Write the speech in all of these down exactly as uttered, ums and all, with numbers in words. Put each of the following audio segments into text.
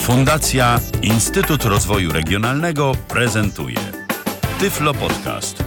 Fundacja Instytut Rozwoju Regionalnego prezentuje Tyflo Podcast.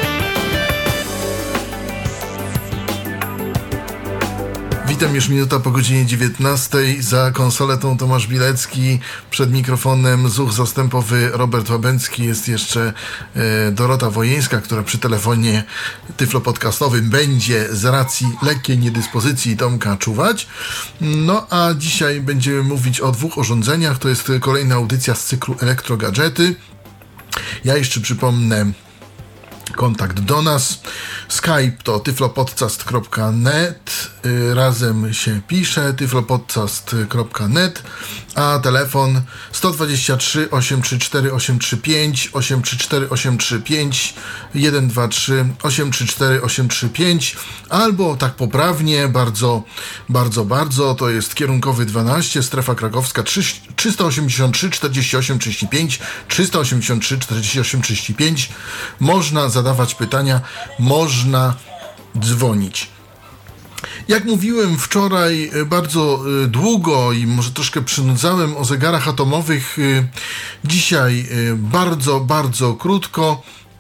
Witam, już minuta po godzinie dziewiętnastej. Za konsoletą Tomasz Bilecki, przed mikrofonem zuch zastępowy Robert Łabęcki. Jest jeszcze e, Dorota Wojeńska, która przy telefonie tyflopodcastowym będzie z racji lekkiej niedyspozycji Tomka czuwać. No a dzisiaj będziemy mówić o dwóch urządzeniach. To jest kolejna audycja z cyklu Elektrogadżety. Ja jeszcze przypomnę kontakt do nas. Skype to tyflopodcast kropka net, yy, razem się pisze, tyflopodcast kropka net, a telefon sto dwadzieścia trzy osiemset trzydzieści cztery osiemset trzydzieści pięć, osiemset trzydzieści cztery osiemset trzydzieści pięć, sto dwadzieścia trzy osiemset trzydzieści cztery osiemset trzydzieści pięć, albo tak poprawnie, bardzo, bardzo, bardzo, to jest kierunkowy dwanaście, strefa krakowska trzysta osiemdziesiąt trzy czterdzieści osiem trzydzieści pięć, trzysta osiemdziesiąt trzy czterdzieści osiem trzydzieści pięć. Można zadawać pytania, można dzwonić. Jak mówiłem wczoraj bardzo długo i może troszkę przynudzałem o zegarach atomowych, dzisiaj bardzo, bardzo krótko.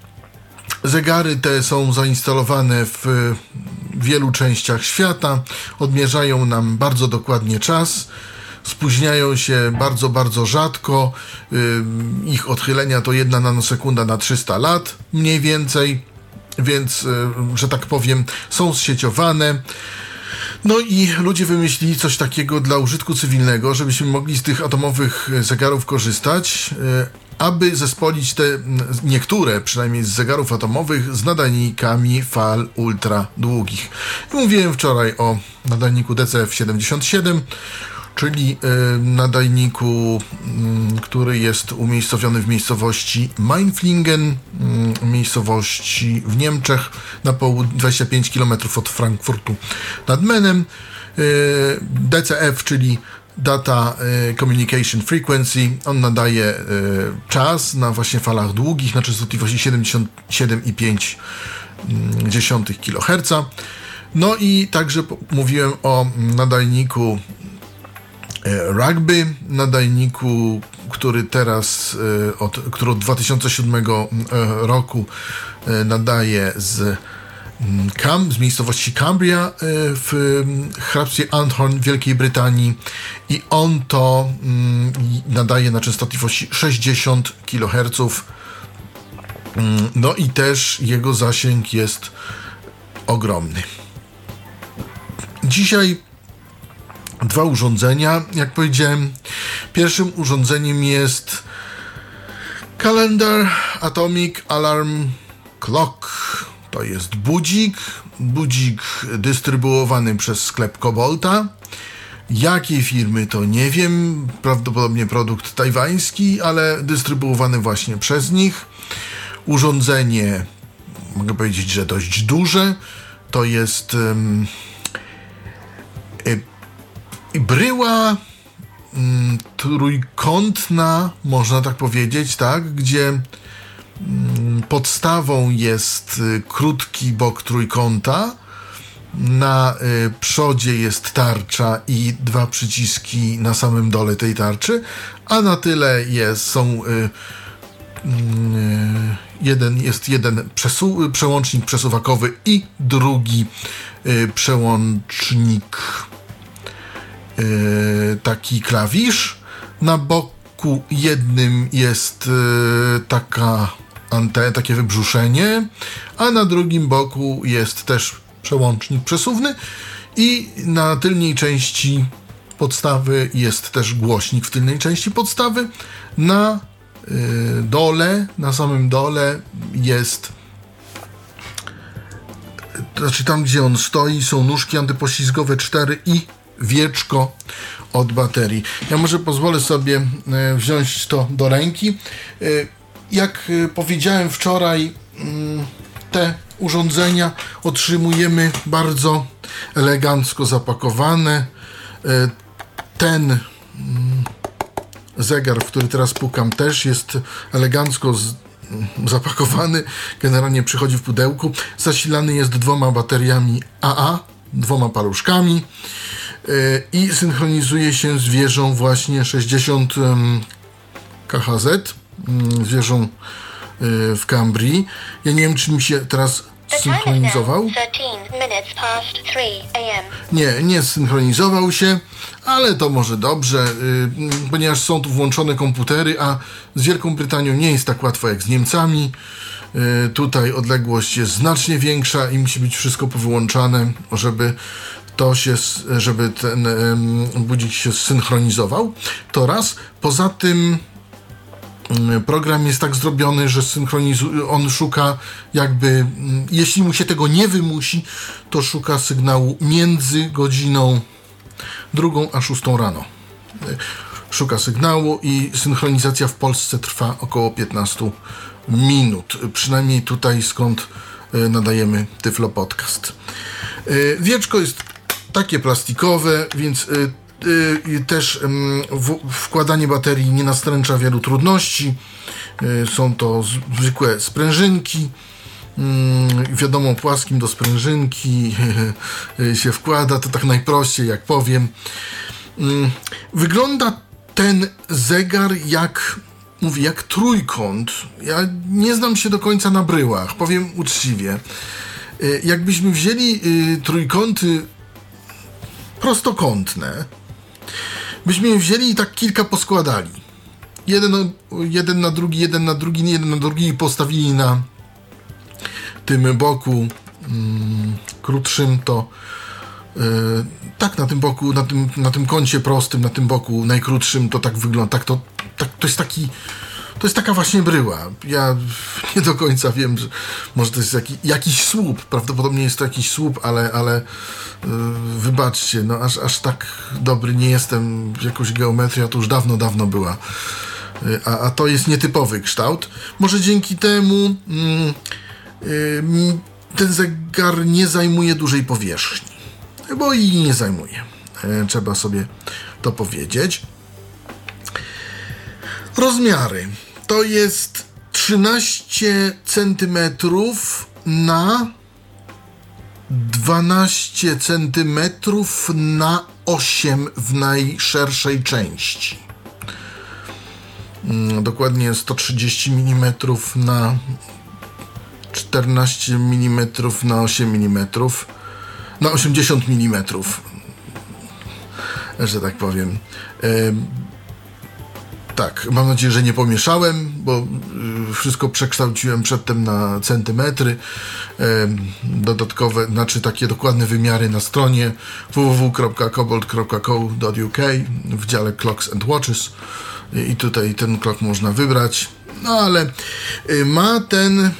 Zegary te są zainstalowane w wielu częściach świata, odmierzają nam bardzo dokładnie czas, spóźniają się bardzo, bardzo rzadko, ich odchylenia to jedna nanosekunda na trzysta lat mniej więcej, więc, że tak powiem, są zsieciowane. No i ludzie wymyślili coś takiego dla użytku cywilnego, żebyśmy mogli z tych atomowych zegarów korzystać, aby zespolić te niektóre, przynajmniej z zegarów atomowych, z nadajnikami fal ultra długich. Mówiłem wczoraj o nadajniku D C F siedemdziesiąt siedem, czyli y, nadajniku, y, który jest umiejscowiony w miejscowości Mainflingen, y, miejscowości w Niemczech, na południe dwadzieścia pięć kilometrów od Frankfurtu nad Menem. Y, D C F, czyli Data y, Communication Frequency, on nadaje y, czas na właśnie falach długich, na częstotliwości siedemdziesiąt siedem i pięć dziesiątych kiloherca. No i także po- mówiłem o nadajniku Rugby, nadajniku, który teraz od, który od dwa tysiące siódmego roku nadaje z, Cam, z miejscowości Cumbria w hrabstwie Andhorn w Wielkiej Brytanii, i on to nadaje na częstotliwości sześćdziesiąt kiloherców. No i też jego zasięg jest ogromny. Dzisiaj dwa urządzenia, jak powiedziałem. Pierwszym urządzeniem jest Calendar Atomic Alarm Clock. To jest budzik, budzik dystrybuowany przez sklep Cobolta. Jakiej firmy to nie wiem, prawdopodobnie produkt tajwański, ale dystrybuowany właśnie przez nich. Urządzenie, mogę powiedzieć, że dość duże. To jest um, bryła mm, trójkątna, można tak powiedzieć, tak, gdzie mm, podstawą jest y, krótki bok trójkąta, na y, przodzie jest tarcza i dwa przyciski na samym dole tej tarczy, a na tyle jest, są y, y, jeden, jest jeden przesu- przełącznik przesuwakowy i drugi y, przełącznik Yy, taki klawisz. Na boku jednym jest yy, taka antena, takie wybrzuszenie, a na drugim boku jest też przełącznik przesuwny i na tylnej części podstawy jest też głośnik w tylnej części podstawy. Na yy, dole, na samym dole jest, znaczy tam, gdzie on stoi, są nóżki antypoślizgowe cztery i wieczko od baterii. Ja może pozwolę sobie e, wziąć to do ręki. E, jak e, powiedziałem wczoraj, m, te urządzenia otrzymujemy bardzo elegancko zapakowane. E, ten m, zegar, w który teraz pukam, też jest elegancko z, m, zapakowany. Generalnie przychodzi w pudełku. Zasilany jest dwoma bateriami A A, dwoma paluszkami. i synchronizuje się z wieżą właśnie sześćdziesiąt K H Z, wieżą w Cambrii. Ja nie wiem, czy mi się teraz synchronizował. Nie, nie synchronizował się, ale to może dobrze, yy, ponieważ są tu włączone komputery, a z Wielką Brytanią nie jest tak łatwo jak z Niemcami. Yy, tutaj odległość jest znacznie większa i musi być wszystko powyłączane, żeby to się, żeby ten yy, budzik się synchronizował. To raz. Poza tym program jest tak zrobiony, że synchronizuje, on szuka jakby, jeśli mu się tego nie wymusi, to szuka sygnału między godziną drugą a szóstą rano. Szuka sygnału i synchronizacja w Polsce trwa około piętnaście minut. Przynajmniej tutaj, skąd nadajemy Tyflo Podcast. Wieczko jest takie plastikowe, więc Yy, też yy, w, wkładanie baterii nie nastręcza wielu trudności. Yy, są to zwykłe sprężynki. Yy, wiadomo, płaskim do sprężynki yy, się wkłada, to tak najprościej, jak powiem. Yy, wygląda ten zegar jak, mówię, jak trójkąt. Ja nie znam się do końca na bryłach, powiem uczciwie. Yy, jakbyśmy wzięli yy, trójkąty prostokątne, byśmy je wzięli i tak kilka poskładali. Jeden, jeden na drugi, jeden na drugi, jeden na drugi i postawili na tym boku mm, krótszym, to yy, tak na tym boku, na tym, na tym kącie prostym, na tym boku najkrótszym, to tak wygląda. Tak to, tak, to jest taki To jest taka właśnie bryła. Ja nie do końca wiem, że może to jest jaki, jakiś słup. Prawdopodobnie jest to jakiś słup, ale, ale yy, wybaczcie, no aż, aż tak dobry nie jestem w jakąś geometrię, to już dawno, dawno była. Yy, a, a to jest nietypowy kształt. Może dzięki temu yy, yy, ten zegar nie zajmuje dużej powierzchni. Bo i nie zajmuje. Yy, trzeba sobie to powiedzieć. Rozmiary. To jest trzynaście centymetrów na dwanaście centymetrów na osiem w najszerszej części. Dokładnie sto trzydzieści milimetrów na czternaście milimetrów na osiem milimetrów na osiemdziesiąt milimetrów, że tak powiem. Tak, mam nadzieję, że nie pomieszałem, bo y, wszystko przekształciłem przedtem na centymetry. Y, dodatkowe, znaczy takie dokładne wymiary na stronie w w w kropka kobold kropka co kropka u k w dziale Clocks and Watches. Y, I tutaj ten klok można wybrać. No ale y, ma ten y,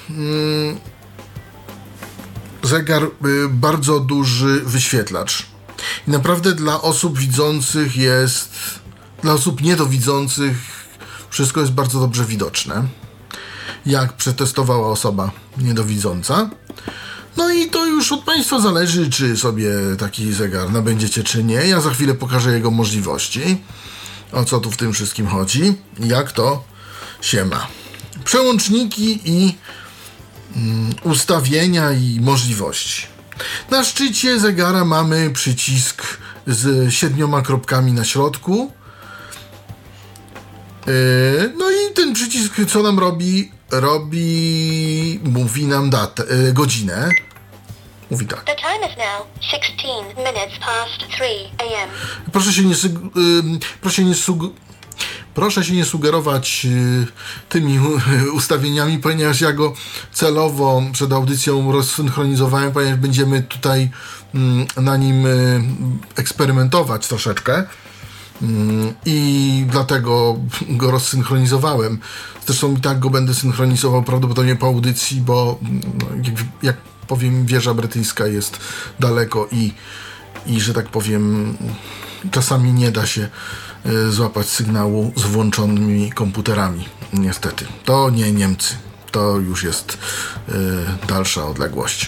zegar y, bardzo duży wyświetlacz. I naprawdę dla osób widzących jest... Dla osób niedowidzących wszystko jest bardzo dobrze widoczne, jak przetestowała osoba niedowidząca. No i to już od Państwa zależy, czy sobie taki zegar nabędziecie, czy nie. Ja za chwilę pokażę jego możliwości, o co tu w tym wszystkim chodzi, jak to się ma. Przełączniki i mm, ustawienia i możliwości. Na szczycie zegara mamy przycisk z siedmioma kropkami na środku. No i ten przycisk co nam robi? Robi, mówi nam datę, godzinę. Mówi tak. The time is now sixteen minutes past three a m Proszę się nie, syg- proszę nie, sug- proszę się nie sugerować tymi ustawieniami, ponieważ ja go celowo przed audycją rozsynchronizowałem, ponieważ będziemy tutaj na nim eksperymentować troszeczkę. I dlatego go rozsynchronizowałem. Zresztą i tak go będę synchronizował prawdopodobnie po audycji, bo no, jak, jak powiem, wieża brytyjska jest daleko i, i że tak powiem, czasami nie da się y, złapać sygnału z włączonymi komputerami. Niestety. To nie Niemcy. To już jest y, dalsza odległość.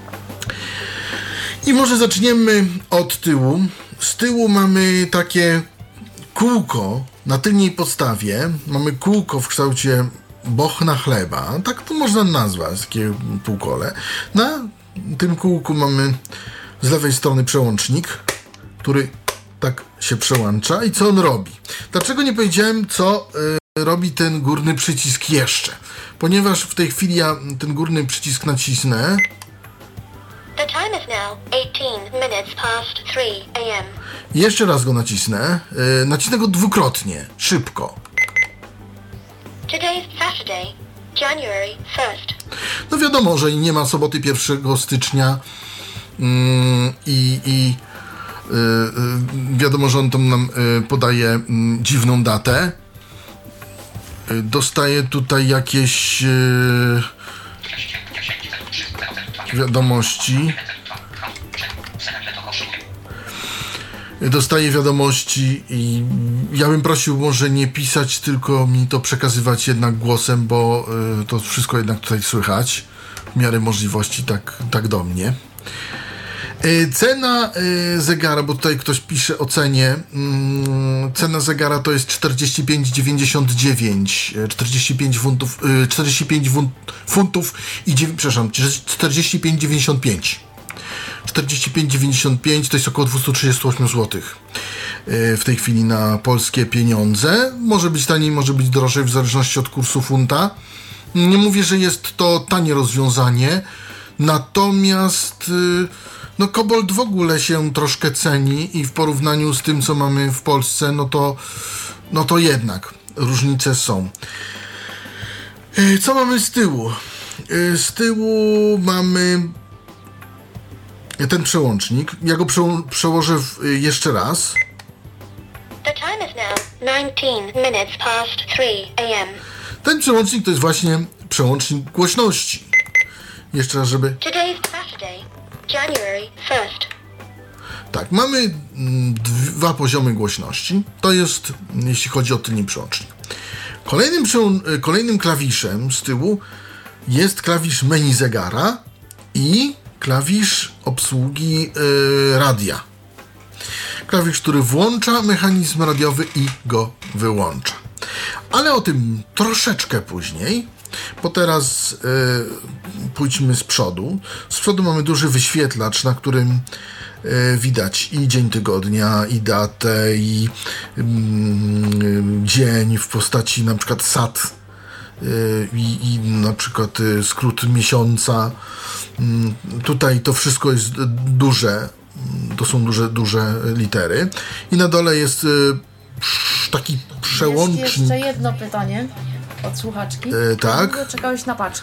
I może zaczniemy od tyłu. Z tyłu mamy takie kółko na tylnej podstawie. Mamy kółko w kształcie bochna chleba. Tak to można nazwać, takie półkole. Na tym kółku mamy z lewej strony przełącznik który tak się przełącza. I co on robi? Dlaczego nie powiedziałem, co y, robi ten górny przycisk jeszcze? Ponieważ w tej chwili ja ten górny przycisk nacisnę. The time is now eighteen minutes past three a m Jeszcze raz go nacisnę. Y, nacisnę go dwukrotnie, szybko. Today's Saturday, January first. No wiadomo, że nie ma soboty pierwszego stycznia mm, i, i y, y, wiadomo, że on tam nam y, podaje y, dziwną datę. Y, dostaję tutaj jakieś y, wiadomości. Dostaję wiadomości i ja bym prosił może nie pisać, tylko mi to przekazywać jednak głosem, bo y, to wszystko jednak tutaj słychać w miarę możliwości tak, tak do mnie. Y, cena y, zegara, bo tutaj ktoś pisze o cenie. Y, cena zegara to jest czterdzieści pięć dziewięćdziesiąt dziewięć. czterdzieści pięć funtów, y, czterdzieści pięć funtów i dziewięć, przepraszam, czterdzieści pięć dziewięćdziesiąt pięć. czterdzieści pięć dziewięćdziesiąt pięć to jest około dwieście trzydzieści osiem złotych w tej chwili na polskie pieniądze. Może być taniej, może być drożej w zależności od kursu funta. Nie mówię, że jest to tanie rozwiązanie, natomiast no kobold w ogóle się troszkę ceni i w porównaniu z tym, co mamy w Polsce, no to, no to jednak różnice są. Co mamy z tyłu? Z tyłu mamy ten przełącznik. Ja go przeło- przełożę w, y, jeszcze raz. The time is now nineteen minutes past three a m Ten przełącznik to jest właśnie przełącznik głośności. Jeszcze raz, żeby... Today's Saturday, January first. Tak, mamy mm, dwa poziomy głośności. To jest, jeśli chodzi o tylny przełącznik. Kolejnym, przełą- y, kolejnym klawiszem z tyłu jest klawisz menu zegara i klawisz obsługi yy, radia. Klawisz, który włącza mechanizm radiowy i go wyłącza. Ale o tym troszeczkę później, bo teraz yy, pójdźmy z przodu. Z przodu mamy duży wyświetlacz, na którym yy, widać i dzień tygodnia, i datę, i yy, dzień w postaci na przykład sat, I, i na przykład skrót miesiąca. Tutaj to wszystko jest duże, to są duże, duże litery. I na dole jest taki przełącznik. Jest jeszcze jedno pytanie od słuchaczki. E, tak. Jak długo czekałeś na paczkę?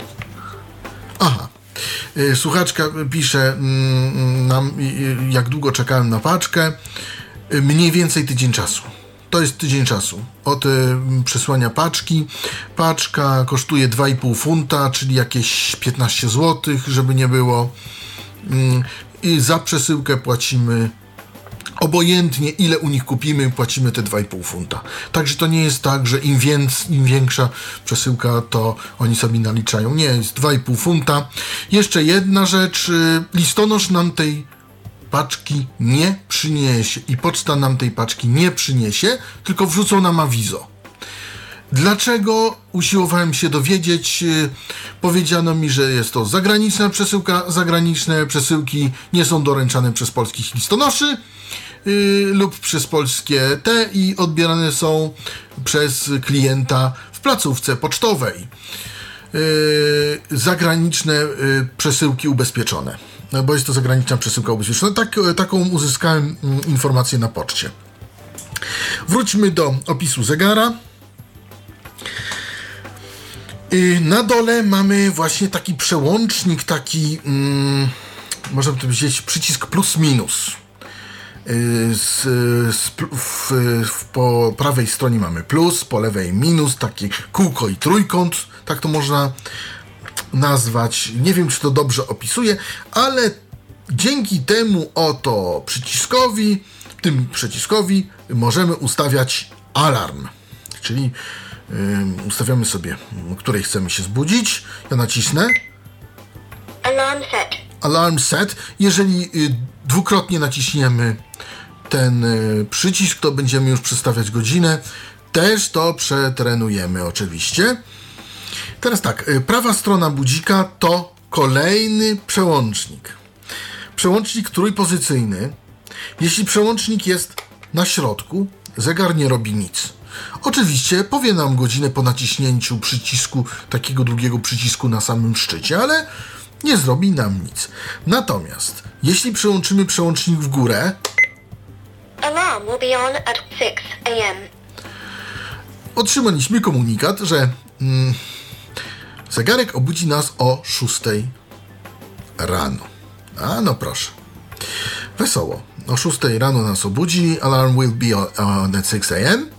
Aha. Słuchaczka pisze nam, jak długo czekałem na paczkę. Mniej więcej tydzień czasu. To jest tydzień czasu od y, przesłania paczki. Paczka kosztuje dwa i pół funta, czyli jakieś piętnaście złotych, żeby nie było. Mm, I za przesyłkę płacimy obojętnie, ile u nich kupimy, płacimy te dwa i pół funta. Także to nie jest tak, że im, więc, im większa przesyłka, to oni sobie naliczają. Nie, jest dwa i pół funta. Jeszcze jedna rzecz. Y, listonosz nam tej paczki nie przyniesie i poczta nam tej paczki nie przyniesie, tylko wrzucą nam awizo. Dlaczego? Usiłowałem się dowiedzieć. Powiedziano mi, że jest to zagraniczna przesyłka. Zagraniczne przesyłki nie są doręczane przez polskich listonoszy yy, lub przez polskie te i odbierane są przez klienta w placówce pocztowej. Yy, zagraniczne yy, przesyłki ubezpieczone. No, bo jest to zagraniczna przesyłka ubezpieczona. Tak, taką uzyskałem mm, informację na poczcie. Wróćmy do opisu zegara. Yy, na dole mamy właśnie taki przełącznik, taki, mm, można by powiedzieć, przycisk plus minus. Yy, z, z, w, w, po prawej stronie mamy plus, po lewej minus, takie kółko i trójkąt, tak to można nazwać. Nie wiem, czy to dobrze opisuje, ale dzięki temu oto przyciskowi, tym przyciskowi możemy ustawiać alarm. Czyli yy, ustawiamy sobie, której chcemy się zbudzić. Ja nacisnę Alarm set. Alarm set. Jeżeli yy, dwukrotnie naciśniemy ten yy, przycisk, to będziemy już przestawiać godzinę. Też to przetrenujemy oczywiście. Teraz tak, prawa strona budzika to kolejny przełącznik. Przełącznik trójpozycyjny. Jeśli przełącznik jest na środku, zegar nie robi nic. Oczywiście powie nam godzinę po naciśnięciu przycisku, takiego drugiego przycisku na samym szczycie, ale nie zrobi nam nic. Natomiast jeśli przełączymy przełącznik w górę, Alarm will be on at six a m otrzymaliśmy komunikat, że mm, zegarek obudzi nas o szóstej rano. A no proszę. Wesoło. O szóstej rano nas obudzi. Alarm will be on at six a m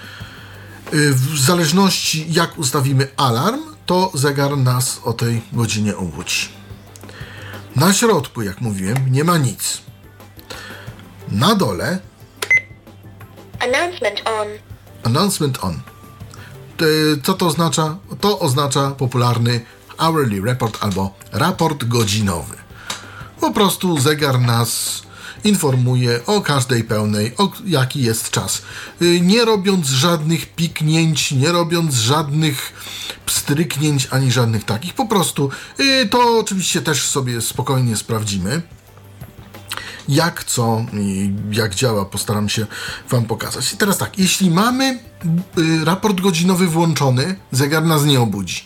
W zależności jak ustawimy alarm, to zegar nas o tej godzinie obudzi. Na środku, jak mówiłem, nie ma nic. Na dole Announcement on. announcement on. Co to oznacza? To oznacza popularny hourly report albo raport godzinowy. Po prostu zegar nas informuje o każdej pełnej, o jaki jest czas. Nie robiąc żadnych piknięć, nie robiąc żadnych pstryknięć, ani żadnych takich. Po prostu to oczywiście też sobie spokojnie sprawdzimy. Jak co i jak działa, postaram się wam pokazać. I teraz tak, jeśli mamy y, raport godzinowy włączony, zegar nas nie obudzi.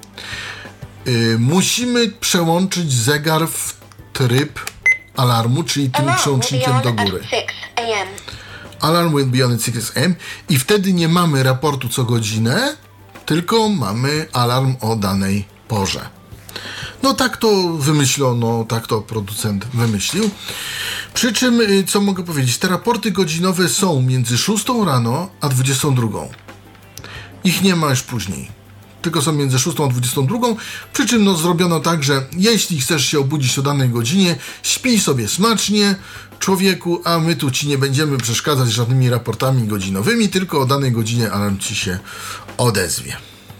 Y, musimy przełączyć zegar w tryb alarmu, czyli tym Alarm will be przełącznikiem on do at góry. six a m Alarm will be on at six a m i wtedy nie mamy raportu co godzinę, tylko mamy alarm o danej porze. No tak to wymyślono, tak to producent wymyślił. Przy czym, co mogę powiedzieć, te raporty godzinowe są między szóstą rano a dwudziestą drugą. Ich nie ma już później. Tylko są między szóstą a dwudziestą drugą. Przy czym no, zrobiono tak, że jeśli chcesz się obudzić o danej godzinie, śpij sobie smacznie, człowieku, a my tu ci nie będziemy przeszkadzać żadnymi raportami godzinowymi, tylko o danej godzinie alarm ci się odezwie.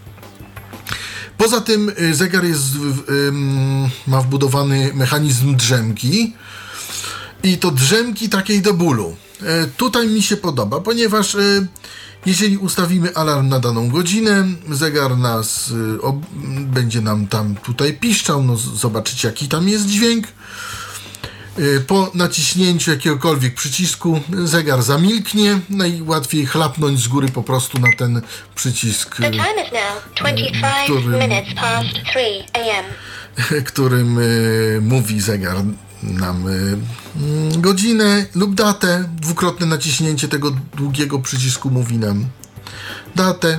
Poza tym zegar jest, ma wbudowany mechanizm drzemki i to drzemki takiej do bólu. Tutaj mi się podoba, ponieważ jeżeli ustawimy alarm na daną godzinę, zegar nas ob, będzie nam tam tutaj piszczał, no zobaczycie jaki tam jest dźwięk. Po naciśnięciu jakiegokolwiek przycisku zegar zamilknie, najłatwiej chlapnąć z góry po prostu na ten przycisk, The time is now twenty-five którym- minutes past three a m którym y, mówi zegar nam y, mm, godzinę lub datę. Dwukrotne naciśnięcie tego długiego przycisku mówi nam datę.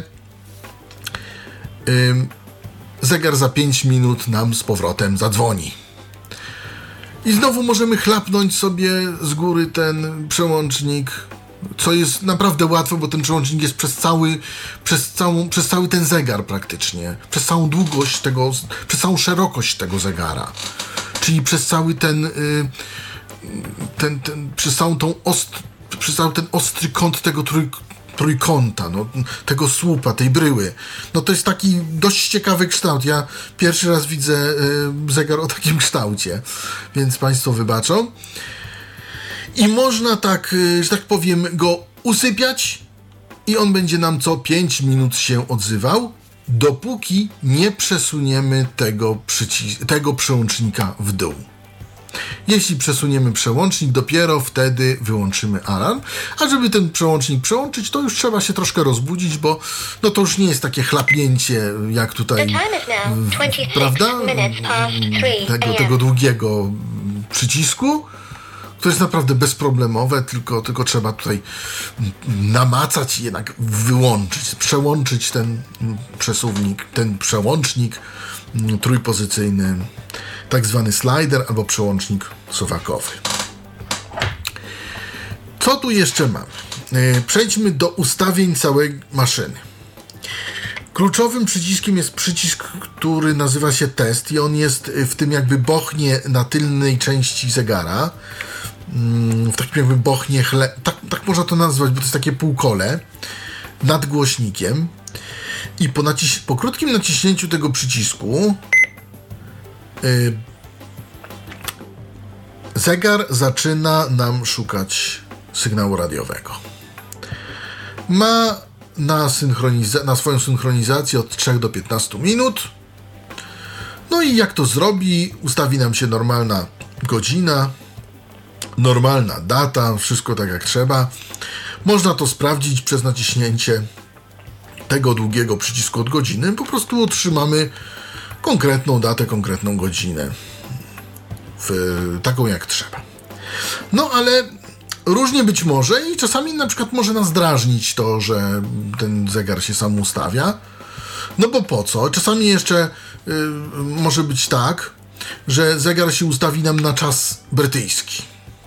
Y, zegar za pięć minut nam z powrotem zadzwoni. I znowu możemy chlapnąć sobie z góry ten przełącznik, co jest naprawdę łatwe, bo ten przełącznik jest przez cały, przez całą, przez cały ten zegar praktycznie, przez całą długość tego, przez całą szerokość tego zegara, czyli przez cały ten, ten, ten przez całą tą ost, przez cały ten ostry kąt tego trój, trójkąta, no, tego słupa, tej bryły. No to jest taki dość ciekawy kształt. Ja pierwszy raz widzę y, zegar o takim kształcie, więc Państwo wybaczą. I można tak, y, że tak powiem, go usypiać i on będzie nam co pięć minut się odzywał, dopóki nie przesuniemy tego, przycis- tego przełącznika w dół. Jeśli przesuniemy przełącznik, dopiero wtedy wyłączymy alarm. A żeby ten przełącznik przełączyć, to już trzeba się troszkę rozbudzić, bo no to już nie jest takie chlapnięcie jak The tutaj, time is now twenty-six prawda? minutes past three Tego, a m tego długiego przycisku. To jest naprawdę bezproblemowe, tylko, tylko trzeba tutaj namacać i jednak wyłączyć, przełączyć ten przesuwnik, ten przełącznik trójpozycyjny, tak zwany slider albo przełącznik suwakowy. Co tu jeszcze mamy? Przejdźmy do ustawień całej maszyny. Kluczowym przyciskiem jest przycisk, który nazywa się test i on jest w tym jakby bochnie na tylnej części zegara. W takim jakby bochnie, chle... tak, tak można to nazwać, bo to jest takie półkole nad głośnikiem. I po, naciś... po krótkim naciśnięciu tego przycisku yy, zegar zaczyna nam szukać sygnału radiowego. Ma na, synchroniza- na swoją synchronizację od trzech do piętnastu minut. No i jak to zrobi, ustawi nam się normalna godzina. normalna data, wszystko tak jak trzeba. Można to sprawdzić przez naciśnięcie tego długiego przycisku od godziny. Po prostu otrzymamy konkretną datę, konkretną godzinę. W, taką jak trzeba. No ale różnie być może i czasami na przykład może nas drażnić to, że ten zegar się sam ustawia. No bo po co? Czasami jeszcze y, może być tak, że zegar się ustawi nam na czas brytyjski.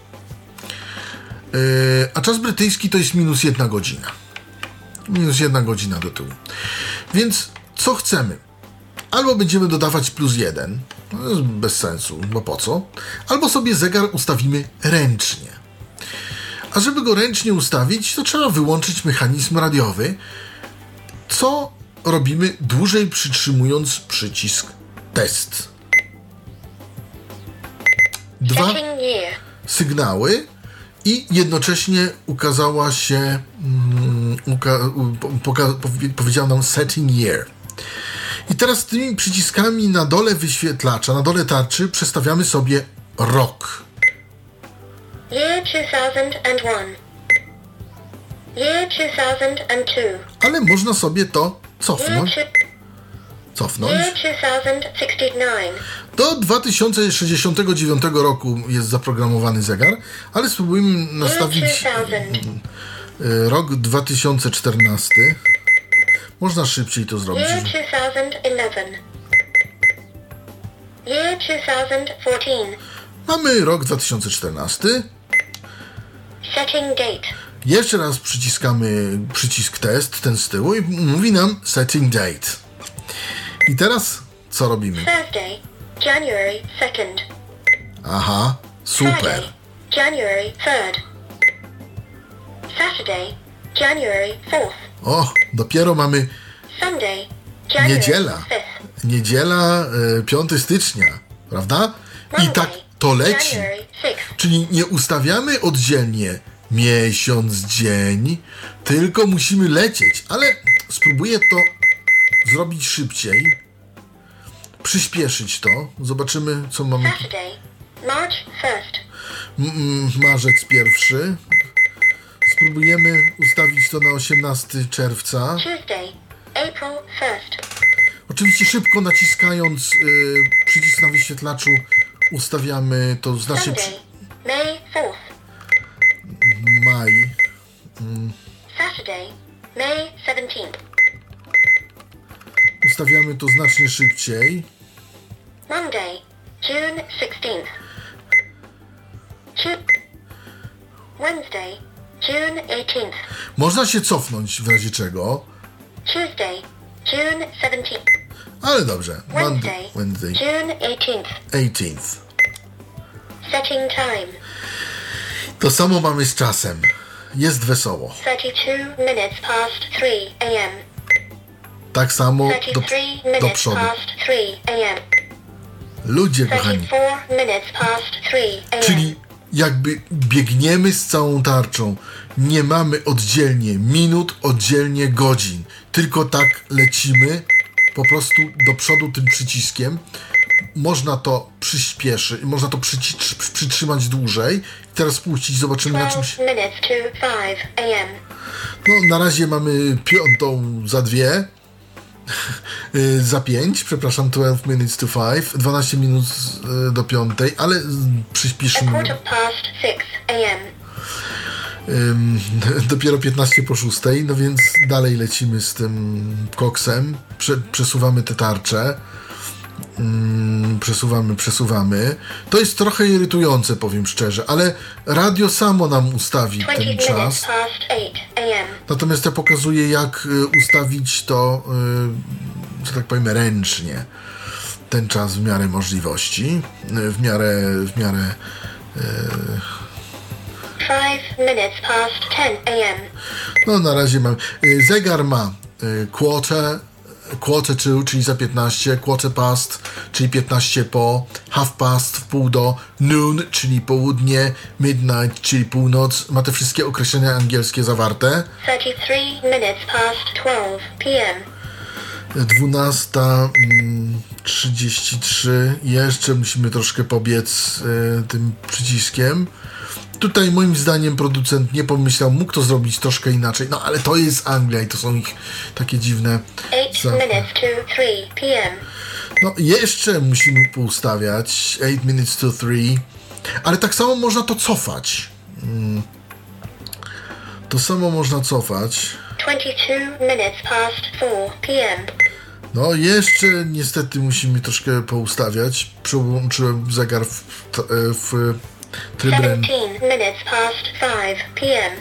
Yy, a czas brytyjski to jest minus jedna godzina. Minus jedna godzina do tyłu. Więc co chcemy? Albo będziemy dodawać plus jeden, no jest bez sensu, bo po co? Albo sobie zegar ustawimy ręcznie. A żeby go ręcznie ustawić, to trzeba wyłączyć mechanizm radiowy, co robimy dłużej przytrzymując przycisk test. Dwa Setting year. sygnały i jednocześnie ukazała się um, uka, poka, powiedział nam setting year. I teraz tymi przyciskami na dole wyświetlacza, na dole tarczy przestawiamy sobie rok. Year two thousand one. Year two thousand two. Ale można sobie to Year, cofnąć, two, cofnąć. year two thousand sixty-nine. Do dwa tysiące sześćdziesiątego dziewiątego roku jest zaprogramowany zegar, ale spróbujmy nastawić Year two thousand. y, rok dwa tysiące czternasty. Można szybciej to zrobić. Year two thousand eleven. Year two thousand fourteen. Mamy rok dwa tysiące czternasty. Setting date. Jeszcze raz przyciskamy przycisk test, ten z tyłu i mówi nam setting date. I teraz co robimy? Thursday, January second. Aha, super. Friday, January third. Saturday, January fourth. O, dopiero mamy Sunday, January niedziela. fifth. Niedziela y, piątego stycznia, prawda? I tak to leci. January sixth. Czyli nie ustawiamy oddzielnie miesiąc, dzień, tylko musimy lecieć. Ale spróbuję to zrobić szybciej. Przyspieszyć to. Zobaczymy, co mamy. Saturday, March first. M- m- marzec pierwszy. Spróbujemy ustawić to na osiemnastego czerwca. Tuesday, April first. Oczywiście szybko naciskając y, przycisk na wyświetlaczu ustawiamy to, znaczy Sunday, przy, May fourth. maj. Saturday, May seventeenth. Ustawiamy to znacznie szybciej. Monday, June sixteenth. Tu- Wednesday, June eighteenth. Można się cofnąć w razie czego, Tuesday, June seventeenth. ale dobrze. Wednesday, Wednesday, June eighteenth. eighteenth. Setting time, To samo mamy z czasem. Jest wesoło. thirty-two minutes past three a m Tak samo do, thirty-three do minutes przodu. past three a m Ludzie kochani, thirty-four minutes past three a m czyli jakby biegniemy z całą tarczą. Nie mamy oddzielnie minut, oddzielnie godzin. Tylko tak lecimy po prostu do przodu tym przyciskiem. Można to przyspieszyć, można to przyci- przy- przytrzymać dłużej. Teraz puścić, zobaczymy na czymś. twelve minutes to five a m No, na razie mamy piątą za dwie. Y, za pięć, przepraszam, twelve minutes to five. dwanaście minut y, do piątej, ale y, A przyspieszymy. quarter past six a m Ym, dopiero piętnaście po szóstej, no więc dalej lecimy z tym koksem. Prze, przesuwamy te tarcze. Ym, przesuwamy, przesuwamy. To jest trochę irytujące, powiem szczerze, ale radio samo nam ustawi twenty ten minutes czas. past eight a m Natomiast ja pokazuję, jak y, ustawić to, y, że tak powiem, ręcznie. Ten czas w miarę możliwości. Y, w miarę, w miarę five minutes past ten a m no na razie mam. Y, zegar ma y, quarter, quarter to, czyli za piętnaście, quarter past, czyli piętnaście po, half past, w pół do, noon, czyli południe, midnight, czyli północ. Ma te wszystkie określenia angielskie zawarte. thirty-three minutes past twelve p m dwunasta trzydzieści trzy. Jeszcze musimy troszkę pobiec y, tym przyciskiem. tutaj moim zdaniem producent nie pomyślał, mógł to zrobić troszkę inaczej, no ale to jest Anglia i to są ich takie dziwne... eight za- minutes to three p m No jeszcze musimy poustawiać eight minutes to three, ale tak samo można to cofać. Mm. To samo można cofać. twenty-two minutes past four p m No jeszcze niestety musimy troszkę poustawiać. Przełączyłem zegar w, w tryb ręczny. seventeen minutes past five p m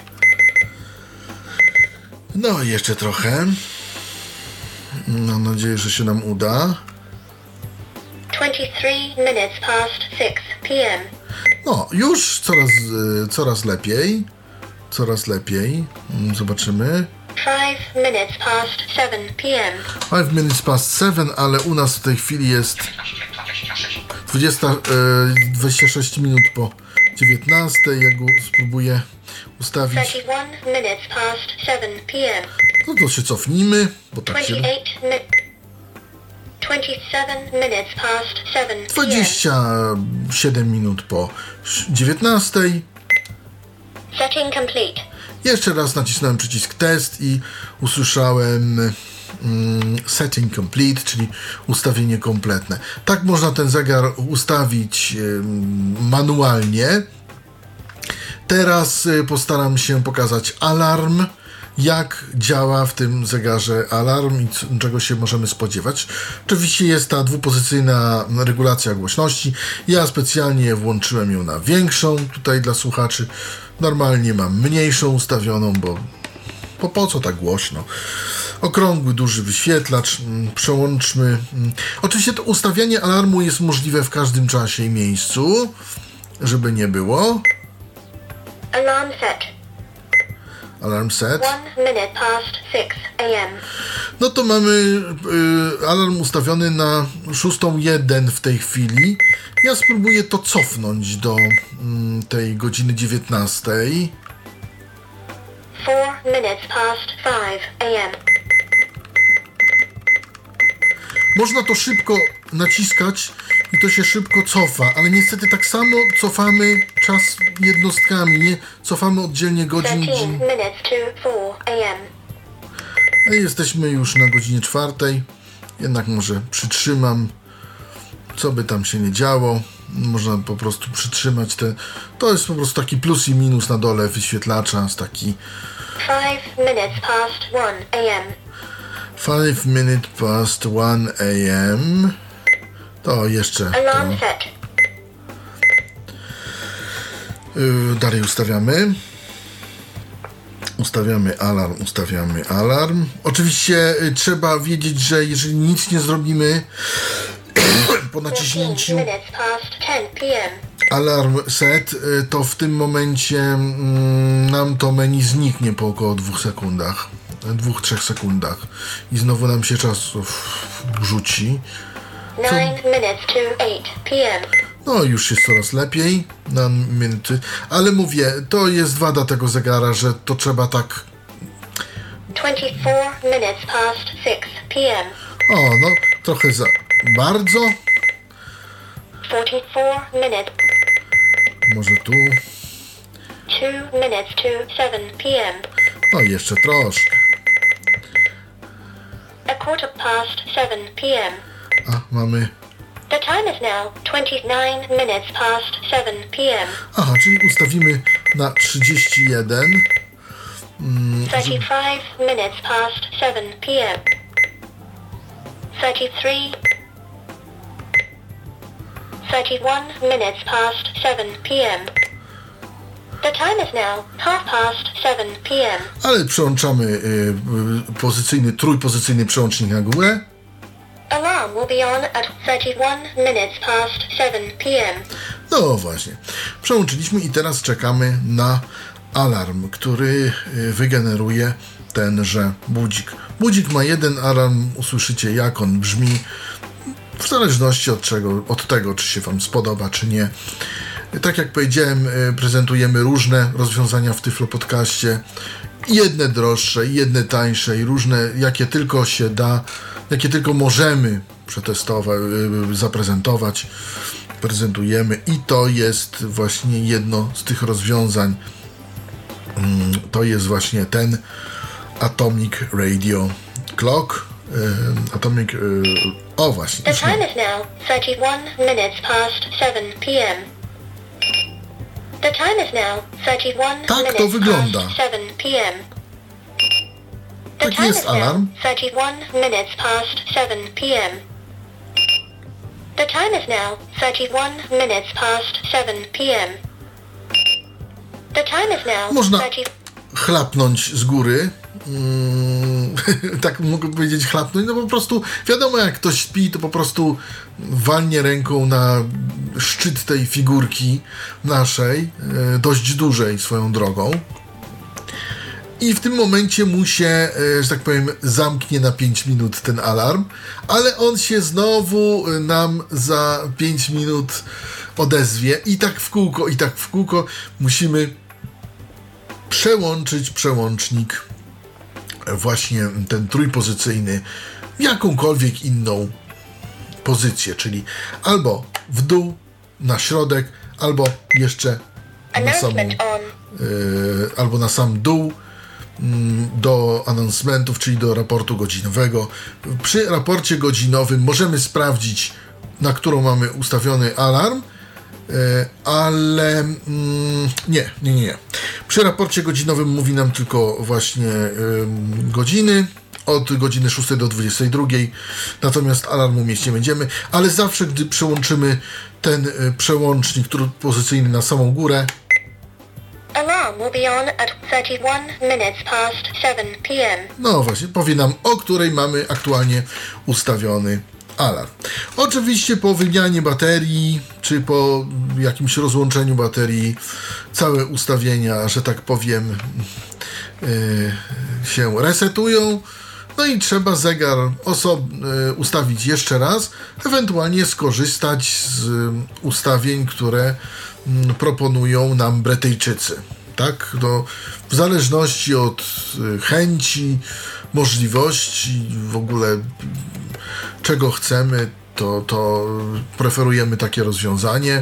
No jeszcze trochę. Mam nadzieję, że się nam uda. twenty-three minutes past six p m No, już coraz, e, coraz lepiej. Coraz lepiej. Mm, Zobaczymy. five minutes past seven p m five minutes past seven, ale u nas w tej chwili jest dwadzieścia, e, dwadzieścia sześć minut po dziewiętnastej. Ja go spróbuję ustawić. thirty-one minutes past seven p m No to się cofnijmy, bo tak się... twenty-eight mi- twenty-seven minutes past seven p m dwadzieścia siedem minut po dziewiętnastej. Setting complete. Jeszcze raz nacisnąłem przycisk test i usłyszałem mm, setting complete, czyli ustawienie kompletne. Tak można ten zegar ustawić ym, manualnie. Teraz y, postaram się pokazać alarm, jak działa w tym zegarze alarm i c- czego się możemy spodziewać. Oczywiście jest ta dwupozycyjna regulacja głośności. Ja specjalnie włączyłem ją na większą tutaj dla słuchaczy. Normalnie mam mniejszą ustawioną, bo po, po co tak głośno? Okrągły, duży wyświetlacz. Mm, Przełączmy. Mm. Oczywiście to ustawianie alarmu jest możliwe w każdym czasie i miejscu, żeby nie było. Alarm set. Alarm set. One minute past six a m No to mamy y, alarm ustawiony na szóstą jeden w tej chwili. Ja spróbuję to cofnąć do mm, tej godziny dziewiętnastej. Four minutes past five a m Można to szybko naciskać i to się szybko cofa, ale niestety tak samo cofamy czas jednostkami, nie cofamy oddzielnie godzin. thirteen minutes to four a m No i jesteśmy już na godzinie czwartej. Jednak może przytrzymam, co by tam się nie działo. Można po prostu przytrzymać te... To jest po prostu taki plus i minus na dole wyświetlacza. Jest taki Five minutes past one a m five minute past one a m. To jeszcze Alarm to, set. yy, dalej ustawiamy. Ustawiamy alarm, ustawiamy alarm. Oczywiście y, trzeba wiedzieć, że jeżeli nic nie zrobimy po Fifteen naciśnięciu minutes past ten p m alarm set, y, to w tym momencie mm, nam to menu zniknie po około dwóch sekundach. Dwóch, trzech sekundach. I znowu nam się czas rzuci. Nine minutes to eight p m No już jest coraz lepiej na minuty. Ale mówię, to jest wada tego zegara, że to trzeba tak... Twenty-four minutes past six p m O, no trochę za bardzo. Forty-four minutes. Może tu. Two minutes to seven p m No jeszcze troszkę. A quarter past seven p m A, mamy... The time is now twenty-nine minutes past seven p m Aha, czyli ustawimy na trzydzieści jeden. Thirty-five minutes past seven p m Thirty-three. Thirty-one minutes past seven p m The time is now half past seven p m Ale przełączamy y, y, pozycyjny, trójpozycyjny przełącznik na górę. Alarm will be on at thirty-one minutes past seven p m No właśnie. Przełączyliśmy i teraz czekamy na alarm, który y, wygeneruje tenże budzik. Budzik ma jeden alarm, usłyszycie jak on brzmi, w zależności od, czego, od tego, czy się Wam spodoba, czy nie. Tak jak powiedziałem, y, prezentujemy różne rozwiązania w Tyflo Podcaście. Jedne droższe, jedne tańsze i różne, jakie tylko się da, jakie tylko możemy przetestować, y, zaprezentować. prezentujemy i to jest właśnie jedno z tych rozwiązań. To jest właśnie ten Atomic Radio Clock. Atomic... O właśnie. The time is now thirty-one minutes past seven p m The time is now thirty-one Tak minutes to wygląda. past seven p m The Taki time jest is now alarm. thirty-one minutes past seven p m The time is now thirty-one minutes past seven p m The time is now Można thirty... chlapnąć z góry. Mm, tak mogę powiedzieć chlapnąć, no po prostu wiadomo, jak ktoś śpi, to po prostu walnie ręką na szczyt tej figurki naszej, e, dość dużej swoją drogą, i w tym momencie mu się, e, że tak powiem, zamknie na pięć minut ten alarm, ale on się znowu nam za pięć minut odezwie i tak w kółko, i tak w kółko musimy przełączyć przełącznik, właśnie ten trójpozycyjny, w jakąkolwiek inną pozycję, czyli albo w dół, na środek, albo jeszcze na samą, Announcement on. yy, albo na sam dół, yy, do announcementów, czyli do raportu godzinowego. Przy raporcie godzinowym możemy sprawdzić, na którą mamy ustawiony alarm, ale mm, nie, nie, nie, nie. Przy raporcie godzinowym mówi nam tylko właśnie y, godziny, od godziny szóstej do dwudziestej drugiej, natomiast alarmu mieć nie będziemy, ale zawsze, gdy przełączymy ten y, przełącznik trójpozycyjny na samą górę, Alarm will be on at thirty-one minutes past seven p m no właśnie, powie nam, o której mamy aktualnie ustawiony alarm. Oczywiście po wymianie baterii, czy po jakimś rozłączeniu baterii, całe ustawienia, że tak powiem, yy, się resetują, no i trzeba zegar oso- yy, ustawić jeszcze raz, ewentualnie skorzystać z yy, ustawień, które yy, proponują nam Brytyjczycy. Tak? No, w zależności od yy, chęci, możliwości, w ogóle czego chcemy, to, to preferujemy takie rozwiązanie.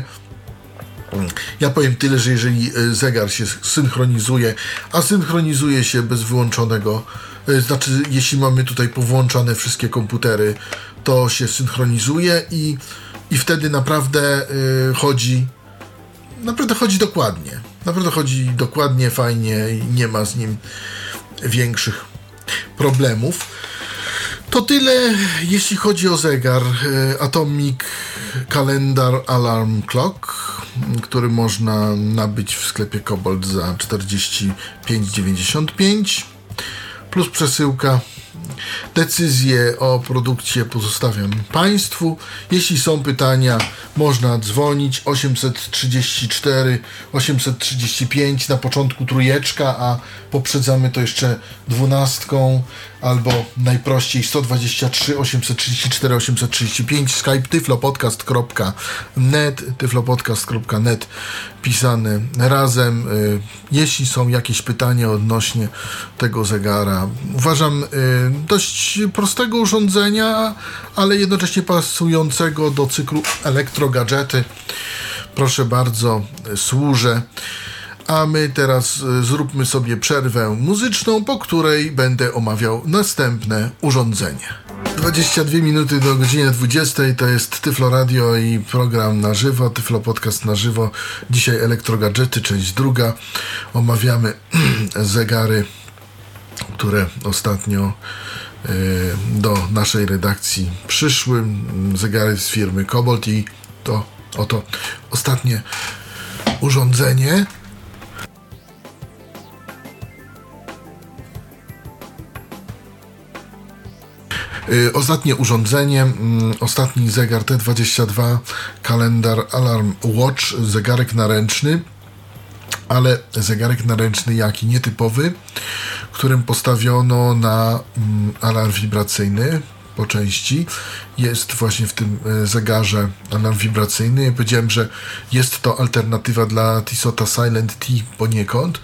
Ja powiem tyle, że jeżeli zegar się synchronizuje, a synchronizuje się bez wyłączonego, znaczy jeśli mamy tutaj powłączane wszystkie komputery, to się synchronizuje i, i wtedy naprawdę y, chodzi naprawdę chodzi dokładnie. Naprawdę chodzi dokładnie, fajnie i nie ma z nim większych problemów. To tyle, jeśli chodzi o zegar Atomic Calendar Alarm Clock, który można nabyć w sklepie Kobold za czterdzieści pięć dziewięćdziesiąt pięć plus przesyłka. Decyzję o produkcie pozostawiam Państwu. Jeśli są pytania, można dzwonić osiemset trzydzieści cztery osiemset trzydzieści pięć, na początku trójeczka, a poprzedzamy to jeszcze dwunastką, albo najprościej sto dwadzieścia trzy osiemset trzydzieści cztery osiemset trzydzieści pięć, Skype tyflopodcast kropka net, tyflopodcast kropka net pisane razem. Jeśli są jakieś pytania odnośnie tego zegara, uważam dość prostego urządzenia, ale jednocześnie pasującego do cyklu elektrogadżety. Proszę bardzo, służę. A my teraz zróbmy sobie przerwę muzyczną, po której będę omawiał następne urządzenie. dwadzieścia dwie minuty do godziny dwudziestej, to jest Tyflo Radio i program na żywo, Tyflo Podcast na żywo. Dzisiaj elektrogadżety, część druga. Omawiamy zegary, które ostatnio y, do naszej redakcji przyszły. Zegary z firmy Kobold i to oto ostatnie urządzenie. Yy, ostatnie urządzenie, yy, ostatni zegar T dwadzieścia dwa Calendar Alarm Watch, zegarek naręczny, ale zegarek naręczny jaki? Nietypowy, którym postawiono na yy, alarm wibracyjny. po części. Jest właśnie w tym zegarze alarm wibracyjny. Ja powiedziałem, że jest to alternatywa dla Tissota Silent T poniekąd.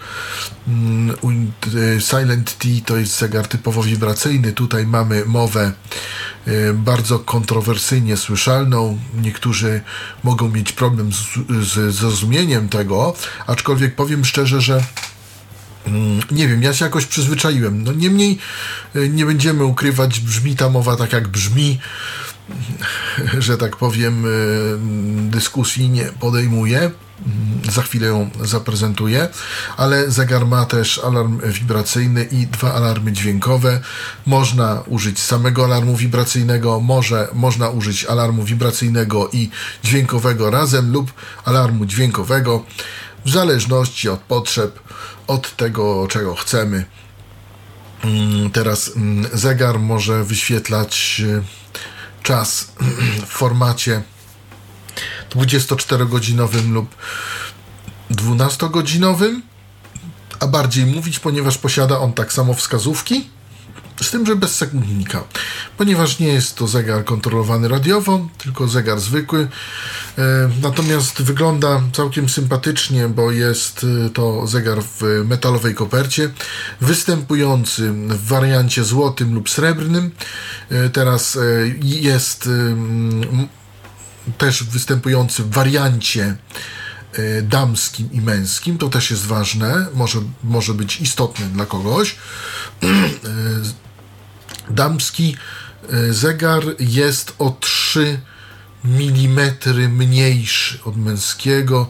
Silent T to jest zegar typowo wibracyjny. Tutaj mamy mowę bardzo kontrowersyjnie słyszalną. Niektórzy mogą mieć problem z, z zrozumieniem tego, aczkolwiek powiem szczerze, że nie wiem, ja się jakoś przyzwyczaiłem. No niemniej nie będziemy ukrywać, brzmi ta mowa tak jak brzmi, że tak powiem, dyskusji nie podejmuję. Za chwilę ją zaprezentuję, ale zegar ma też alarm wibracyjny i dwa alarmy dźwiękowe. Można użyć samego alarmu wibracyjnego, może można użyć alarmu wibracyjnego i dźwiękowego razem lub alarmu dźwiękowego w zależności od potrzeb, od tego, czego chcemy. Teraz zegar może wyświetlać czas w formacie dwudziestoczterogodzinowym lub dwunastogodzinowym, a bardziej mówić, ponieważ posiada on tak samo wskazówki, z tym, że bez sekundnika, ponieważ nie jest to zegar kontrolowany radiowo, tylko zegar zwykły. E, natomiast wygląda całkiem sympatycznie, bo jest to zegar w metalowej kopercie, występujący w wariancie złotym lub srebrnym. E, teraz e, jest e, też występujący w wariancie e, damskim i męskim. To też jest ważne, może, może być istotne dla kogoś. E, damski e, zegar jest o trzy milimetry mniejszy od męskiego.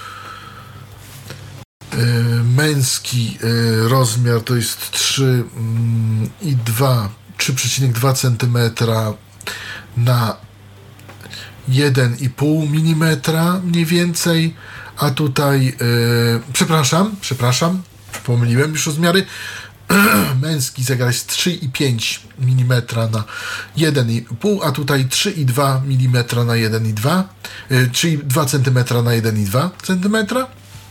E, męski e, rozmiar to jest trzy przecinek dwa centymetra na jeden i pół milimetra mniej więcej, a tutaj yy, przepraszam, przepraszam, pomyliłem już rozmiary. Męski zegar jest trzy i pięć milimetra na jeden i pół, a tutaj trzy i dwa milimetra na jeden i dwa, yy, czyli dwa centymetra na jeden i dwa centymetra.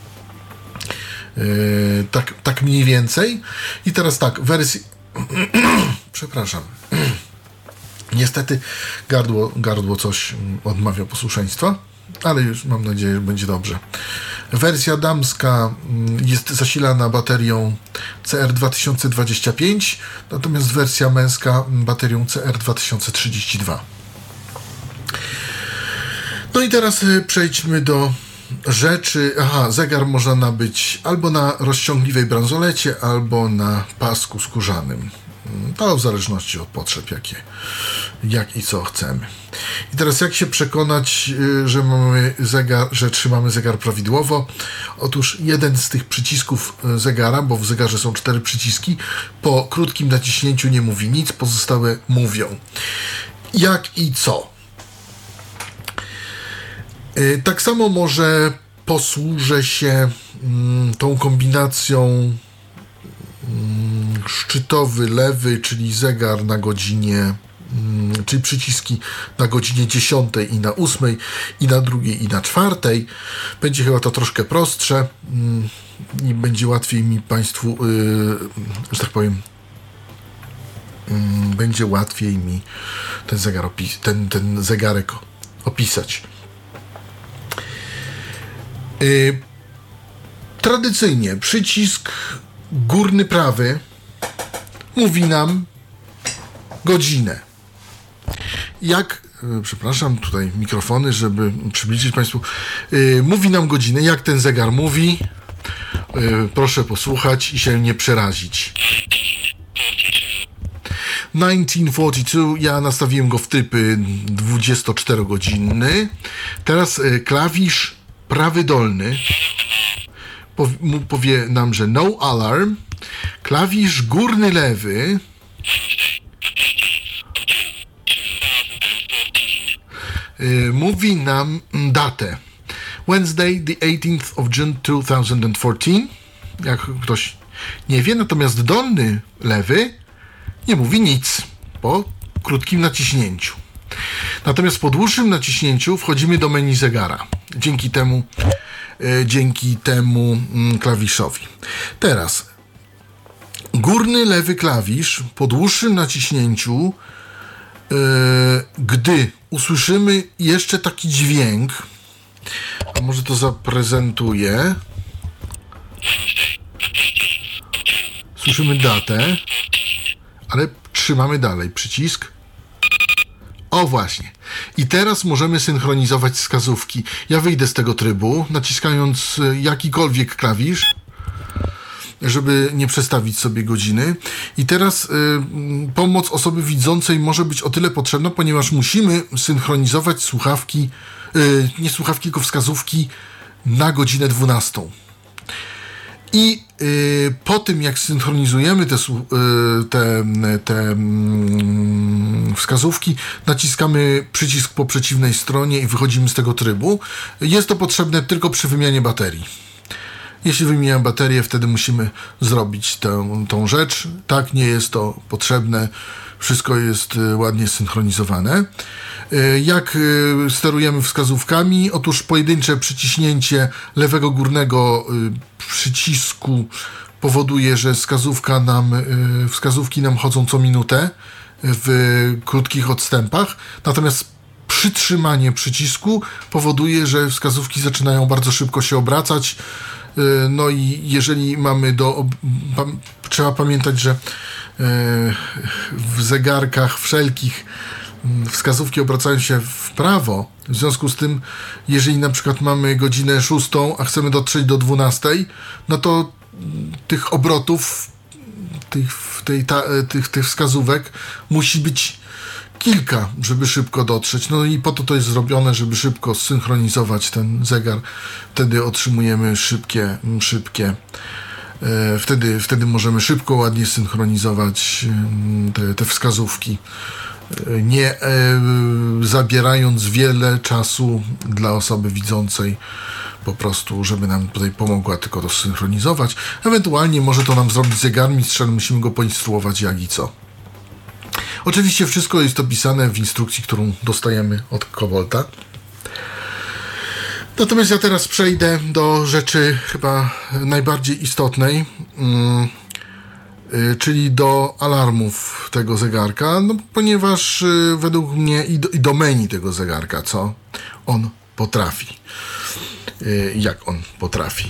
Yy, tak, tak mniej więcej. I teraz tak, wersji przepraszam. Niestety gardło, gardło coś odmawia posłuszeństwa, ale już mam nadzieję, że będzie dobrze. Wersja damska jest zasilana baterią C R dwa tysiące dwadzieścia pięć, natomiast wersja męska baterią C R dwa tysiące trzydzieści dwa. No i teraz przejdźmy do rzeczy. Aha, zegar można nabyć albo na rozciągliwej bransolecie, albo na pasku skórzanym. To w zależności od potrzeb, jakie, jak i co chcemy. I teraz jak się przekonać, że mamy zegar, że trzymamy zegar prawidłowo? Otóż jeden z tych przycisków zegara, bo w zegarze są cztery przyciski, po krótkim naciśnięciu nie mówi nic, pozostałe mówią. Jak i co? Tak samo może posłużę się mm, tą kombinacją szczytowy, lewy, czyli zegar na godzinie, czyli przyciski na godzinie dziesiątej i na ósmej, i na drugiej, i na czwartej. Będzie chyba to troszkę prostsze i będzie łatwiej mi Państwu, że tak powiem, będzie łatwiej mi ten zegar opis- ten, ten zegarek opisać. Tradycyjnie przycisk górny prawy mówi nam godzinę. Jak, przepraszam, tutaj mikrofony, żeby przybliżyć Państwu, yy, mówi nam godzinę. Jak ten zegar mówi? Yy, proszę posłuchać i się nie przerazić. tysiąc dziewięćset czterdzieści dwa, ja nastawiłem go w tryb dwudziestoczterogodzinny. Teraz yy, klawisz prawy dolny powie nam, że no alarm. Klawisz górny lewy yy, mówi nam datę. Wednesday, the eighteenth of June two thousand fourteen. Jak ktoś nie wie, natomiast dolny lewy nie mówi nic po krótkim naciśnięciu. Natomiast po dłuższym naciśnięciu wchodzimy do menu zegara. Dzięki temu dzięki temu klawiszowi. Teraz górny lewy klawisz po dłuższym naciśnięciu gdy usłyszymy jeszcze taki dźwięk, a może to zaprezentuję. Słyszymy datę, ale trzymamy dalej przycisk. O właśnie. I teraz możemy synchronizować wskazówki. Ja wyjdę z tego trybu, naciskając jakikolwiek klawisz, żeby nie przestawić sobie godziny. I teraz y, pomoc osoby widzącej może być o tyle potrzebna, ponieważ musimy synchronizować słuchawki, y, nie słuchawki, tylko wskazówki na godzinę dwunastą. I y, po tym, jak synchronizujemy te, y, te, te mm, wskazówki, naciskamy przycisk po przeciwnej stronie i wychodzimy z tego trybu. Jest to potrzebne tylko przy wymianie baterii. Jeśli wymieniamy baterię, wtedy musimy zrobić tę, tą rzecz. Tak, nie jest to potrzebne. Wszystko jest ładnie synchronizowane. Jak sterujemy wskazówkami? Otóż pojedyncze przyciśnięcie lewego górnego przycisku powoduje, że wskazówka nam, wskazówki nam chodzą co minutę w krótkich odstępach. Natomiast przytrzymanie przycisku powoduje, że wskazówki zaczynają bardzo szybko się obracać. No i jeżeli mamy do... Trzeba pamiętać, że w zegarkach wszelkich wskazówki obracają się w prawo. W związku z tym, jeżeli na przykład mamy godzinę szóstą, a chcemy dotrzeć do dwunastej, no to tych obrotów, tych, tej, ta, tych, tych wskazówek musi być kilka, żeby szybko dotrzeć. No i po to to jest zrobione, żeby szybko zsynchronizować ten zegar. Wtedy otrzymujemy szybkie, szybkie e, wtedy, wtedy możemy szybko, ładnie synchronizować te, te wskazówki, e, nie e, zabierając wiele czasu dla osoby widzącej, po prostu, żeby nam tutaj pomogła tylko to zsynchronizować. Ewentualnie może to nam zrobić zegarmistrz, ale musimy go poinstruować jak i co. Oczywiście wszystko jest opisane w instrukcji, którą dostajemy od Cobolta. Natomiast ja teraz przejdę do rzeczy chyba najbardziej istotnej, mm, y, czyli do alarmów tego zegarka, no, ponieważ y, według mnie i, do, i do menu tego zegarka, co on potrafi. Y, jak on potrafi.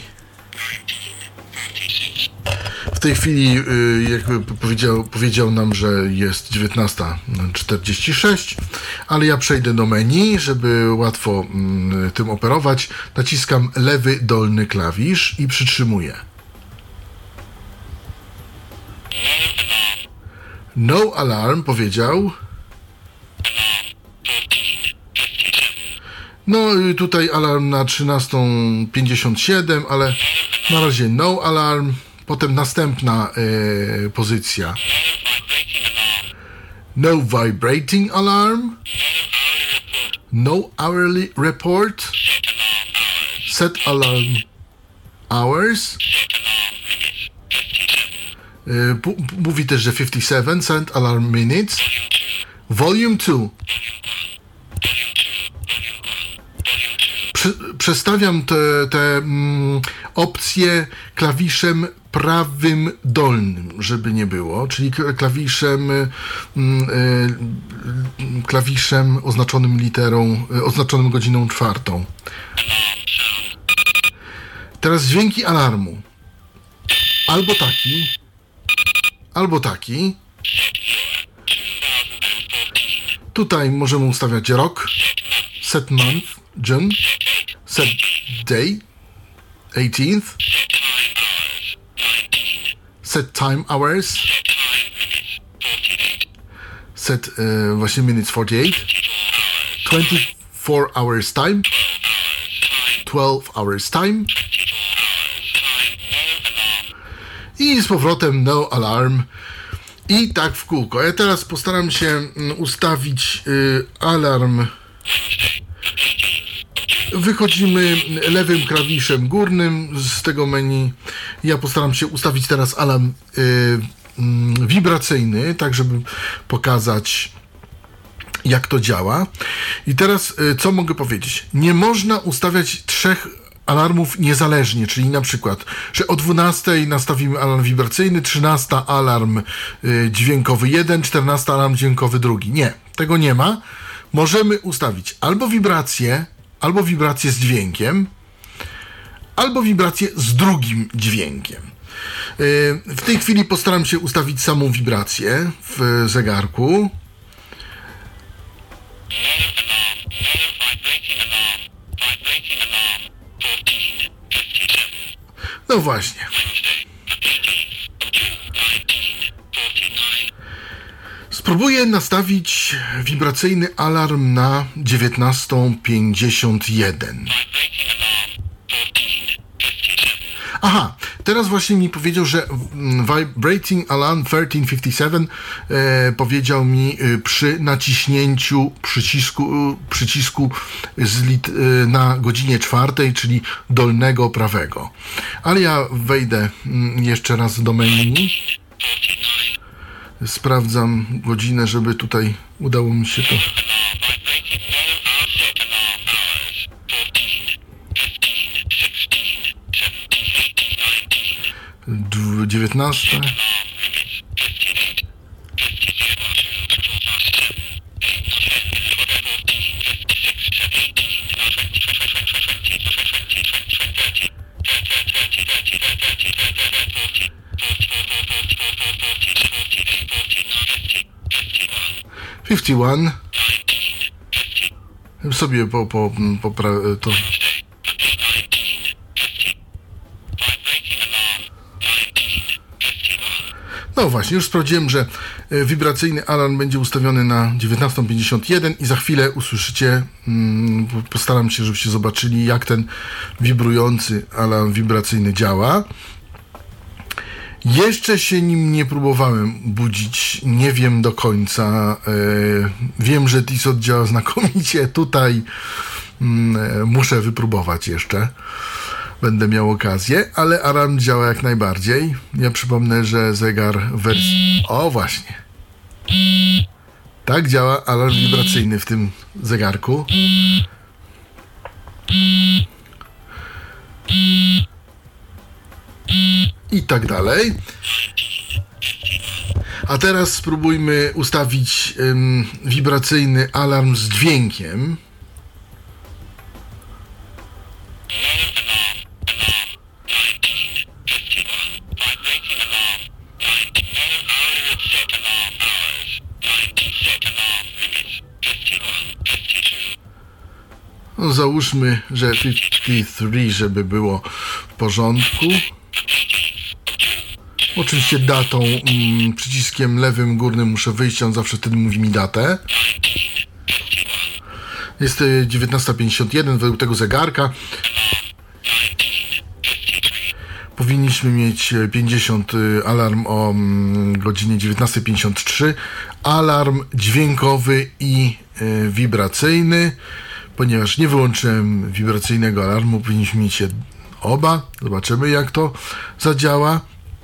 W tej chwili, jakby powiedział, powiedział nam, że jest dziewiętnasta czterdzieści sześć, ale ja przejdę do menu, żeby łatwo tym operować. Naciskam lewy dolny klawisz i przytrzymuję. No alarm powiedział. No tutaj alarm na trzynastą pięćdziesiąt siedem, ale na razie no alarm. Potem następna e, pozycja. No vibrating alarm. No hourly report. Set alarm hours. E, p- mówi też, że pięćdziesiąt siedem set alarm minutes. Volume two. Prze- przestawiam te, te mm, opcje klawiszem prawym dolnym, żeby nie było, czyli klawiszem klawiszem oznaczonym literą, oznaczonym godziną czwartą. Teraz dźwięki alarmu. Albo taki, albo taki. Tutaj możemy ustawiać rok, set month, June, set day, eighteenth, set time hours, set uh, właśnie minutes forty-eight, twenty-four hours time, twelve hours time i z powrotem no alarm i tak w kółko. Ja teraz postaram się ustawić y, alarm. Wychodzimy lewym klawiszem górnym z tego menu. Ja postaram się ustawić teraz alarm y, y, wibracyjny, tak żeby pokazać, jak to działa. I teraz y, co mogę powiedzieć? Nie można ustawiać trzech alarmów niezależnie, czyli na przykład, że o dwunastej nastawimy alarm wibracyjny, trzynasta alarm y, dźwiękowy jeden, czternasta alarm dźwiękowy drugi. Nie, tego nie ma. Możemy ustawić albo wibrację, albo wibrację z dźwiękiem, albo wibrację z drugim dźwiękiem. Y, w tej chwili postaram się ustawić samą wibrację w zegarku. No właśnie. Spróbuję nastawić wibracyjny alarm na dziewiętnastą pięćdziesiąt jeden. Aha, teraz właśnie mi powiedział, że Vibrating Alarm tysiąc trzysta pięćdziesiąt siedem e, powiedział mi e, przy naciśnięciu przycisku, e, przycisku z lit, e, na godzinie czwartej, czyli dolnego prawego. Ale ja wejdę m, jeszcze raz do menu. Sprawdzam godzinę, żeby tutaj udało mi się to... dziewiętnasta. pięćdziesiąt jeden. Sobie po, po, po, po to... No właśnie, już sprawdziłem, że wibracyjny alarm będzie ustawiony na dziewiętnastą pięćdziesiąt jeden i za chwilę usłyszycie, mm, postaram się, żebyście zobaczyli, jak ten wibrujący alarm wibracyjny działa. Jeszcze się nim nie próbowałem budzić, nie wiem do końca. Yy, wiem, że Tissot działa znakomicie, tutaj yy, muszę wypróbować jeszcze. Będę miał okazję, ale alarm działa jak najbardziej. Ja przypomnę, że zegar w wersji... O, właśnie. Tak działa alarm wibracyjny w tym zegarku. I tak dalej. A teraz spróbujmy ustawić ym, wibracyjny alarm z dźwiękiem. No, załóżmy, że pięćdziesiąt trzy, żeby było w porządku. Oczywiście datą, mm, przyciskiem lewym górnym muszę wyjść, on zawsze wtedy mówi mi datę. Jest dziewiętnasta pięćdziesiąt jeden według tego zegarka. Powinniśmy mieć pięćdziesiąt alarm o mm, godzinie dziewiętnasta pięćdziesiąt trzy. Alarm dźwiękowy i y, wibracyjny. Ponieważ nie wyłączyłem wibracyjnego alarmu, powinniśmy mieć je oba. Zobaczymy, jak to zadziała.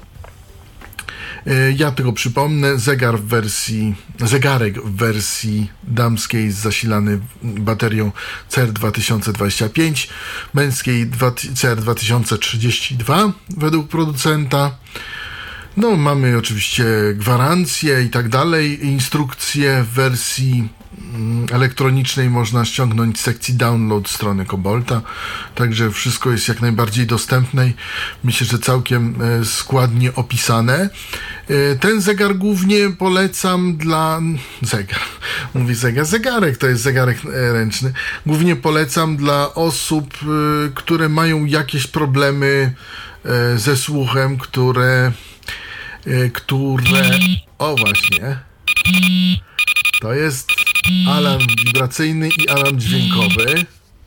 Ja tylko przypomnę, zegar w wersji, zegarek w wersji damskiej jest zasilany baterią C R dwa tysiące dwadzieścia pięć, męskiej C R dwa tysiące trzydzieści dwa według producenta. No, mamy oczywiście gwarancję i tak dalej. Instrukcje w wersji elektronicznej można ściągnąć z sekcji download strony Cobolta, także wszystko jest jak najbardziej dostępne. Myślę, że całkiem składnie opisane. Ten zegar głównie polecam dla... Zegar, mówię zegar, zegarek, to jest zegarek ręczny. Głównie polecam dla osób, które mają jakieś problemy ze słuchem, które... które... O właśnie... To jest alarm wibracyjny i alarm dźwiękowy.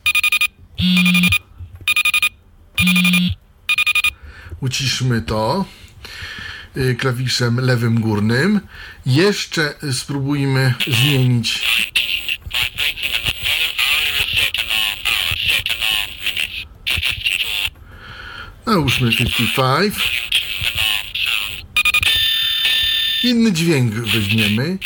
Uciszmy to klawiszem lewym górnym. Jeszcze spróbujmy zmienić. Nałóżmy pięćdziesiąt pięć. Inny dźwięk weźmiemy.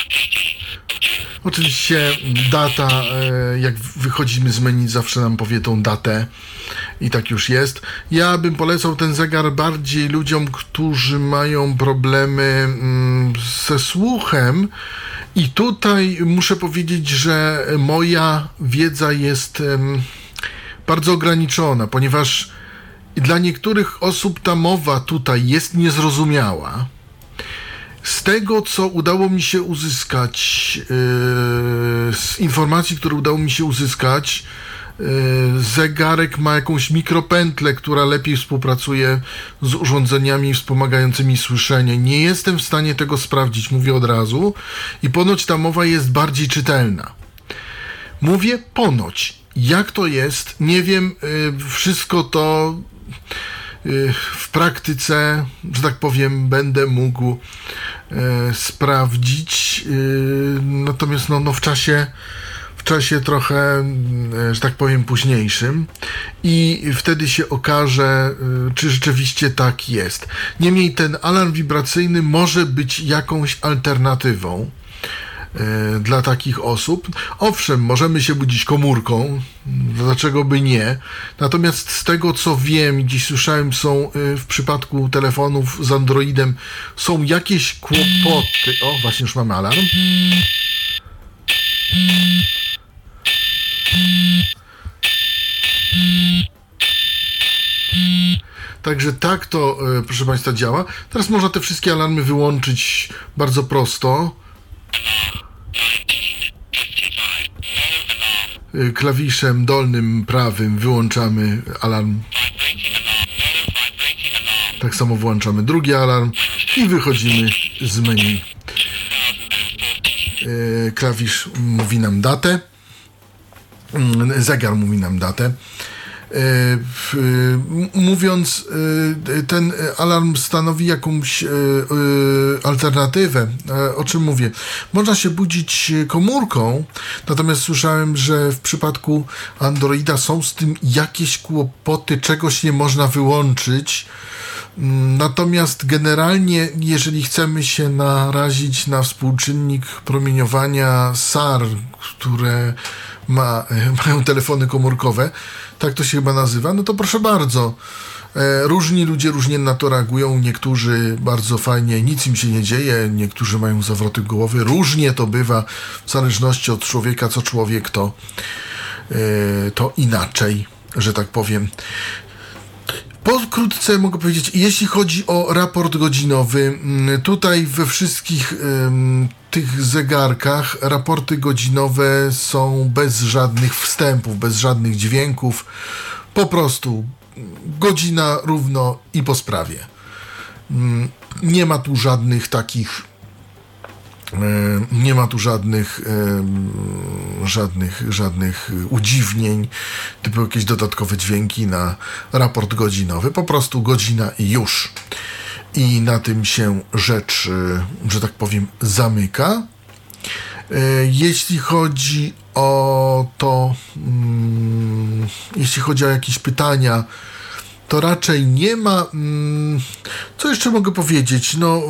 Oczywiście data, jak wychodzimy z menu, zawsze nam powie tą datę i tak już jest. Ja bym polecał ten zegar bardziej ludziom, którzy mają problemy mm, ze słuchem. I tutaj muszę powiedzieć, że moja wiedza jest um, bardzo ograniczona, ponieważ dla niektórych osób ta mowa tutaj jest niezrozumiała. Z tego, co udało mi się uzyskać, yy, z informacji, które udało mi się uzyskać, yy, zegarek ma jakąś mikropętlę, która lepiej współpracuje z urządzeniami wspomagającymi słyszenie. Nie jestem w stanie tego sprawdzić, mówię od razu. I ponoć ta mowa jest bardziej czytelna. Mówię ponoć. Jak to jest? Nie wiem. Yy, wszystko to w praktyce, że tak powiem, będę mógł e, sprawdzić, e, natomiast no, no w czasie w czasie trochę, e, że tak powiem, późniejszym i wtedy się okaże, e, czy rzeczywiście tak jest. Niemniej ten alarm wibracyjny może być jakąś alternatywą dla takich osób. Owszem, możemy się budzić komórką, dlaczego by nie? Natomiast z tego, co wiem i gdzieś słyszałem, są w przypadku telefonów z Androidem są jakieś kłopoty. O, właśnie już mamy alarm. Także tak to, proszę Państwa, działa. Teraz można te wszystkie alarmy wyłączyć bardzo prosto. Klawiszem dolnym prawym wyłączamy alarm. Tak samo włączamy drugi alarm i wychodzimy z menu. Klawisz mówi nam datę. Zegar mówi nam datę. Mówiąc, ten alarm stanowi jakąś alternatywę. O czym mówię? Można się budzić komórką, natomiast słyszałem, że w przypadku Androida są z tym jakieś kłopoty, czegoś nie można wyłączyć. Natomiast generalnie, jeżeli chcemy się narazić na współczynnik promieniowania S A R, które ma, mają telefony komórkowe, tak to się chyba nazywa, no to proszę bardzo. E, różni ludzie różnie na to reagują. Niektórzy bardzo fajnie, nic im się nie dzieje, niektórzy mają zawroty głowy. Różnie to bywa, w zależności od człowieka, co człowiek, to, e, to inaczej, że tak powiem. Pokrótce mogę powiedzieć, jeśli chodzi o raport godzinowy, tutaj we wszystkich um, tych zegarkach raporty godzinowe są bez żadnych wstępów, bez żadnych dźwięków, po prostu godzina równo i po sprawie. Nie ma tu żadnych takich nie ma tu żadnych żadnych, żadnych udziwnień, typu jakieś dodatkowe dźwięki na raport godzinowy. Po prostu godzina i już. I na tym się rzecz, że tak powiem, zamyka. Jeśli chodzi o to, jeśli chodzi o jakieś pytania, to raczej nie ma. Co jeszcze mogę powiedzieć? No...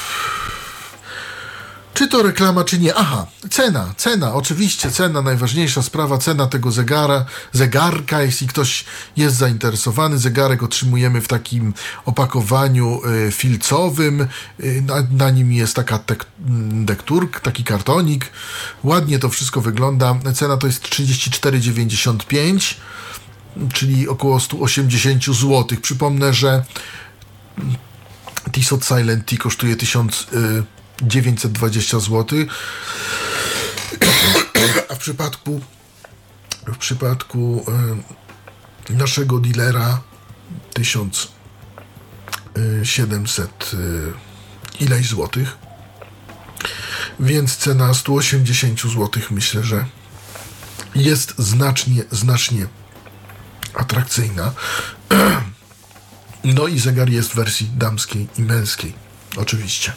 Czy to reklama, czy nie? Aha, cena, cena, oczywiście cena, najważniejsza sprawa, cena tego zegara, zegarka, jeśli ktoś jest zainteresowany, zegarek otrzymujemy w takim opakowaniu y, filcowym, y, na, na nim jest taka tek, dekturk, taki kartonik, ładnie to wszystko wygląda, cena to jest trzydzieści cztery dziewięćdziesiąt pięć, czyli około sto osiemdziesiąt złotych. Przypomnę, że Tissot Silent Tea kosztuje tysiąc dziewięćset dwadzieścia złotych, a w przypadku w przypadku y, naszego dealera tysiąc siedemset y, ileś złotych, więc cena sto osiemdziesiąt złotych myślę, że jest znacznie, znacznie atrakcyjna. No i zegar jest w wersji damskiej i męskiej, oczywiście.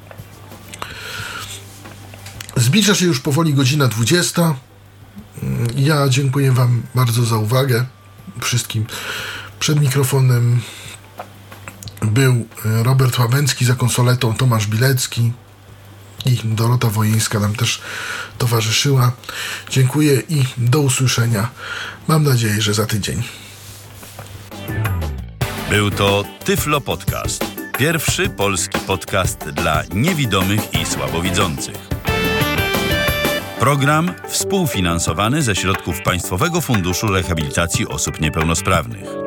Zbliża się już powoli godzina dwudziesta. Ja dziękuję Wam bardzo za uwagę. Wszystkim przed mikrofonem był Robert Łabęcki, za konsoletą Tomasz Bilecki i Dorota Wojeńska nam też towarzyszyła. Dziękuję i do usłyszenia. Mam nadzieję, że za tydzień. Był to Tyflo Podcast. Pierwszy polski podcast dla niewidomych i słabowidzących. Program współfinansowany ze środków Państwowego Funduszu Rehabilitacji Osób Niepełnosprawnych.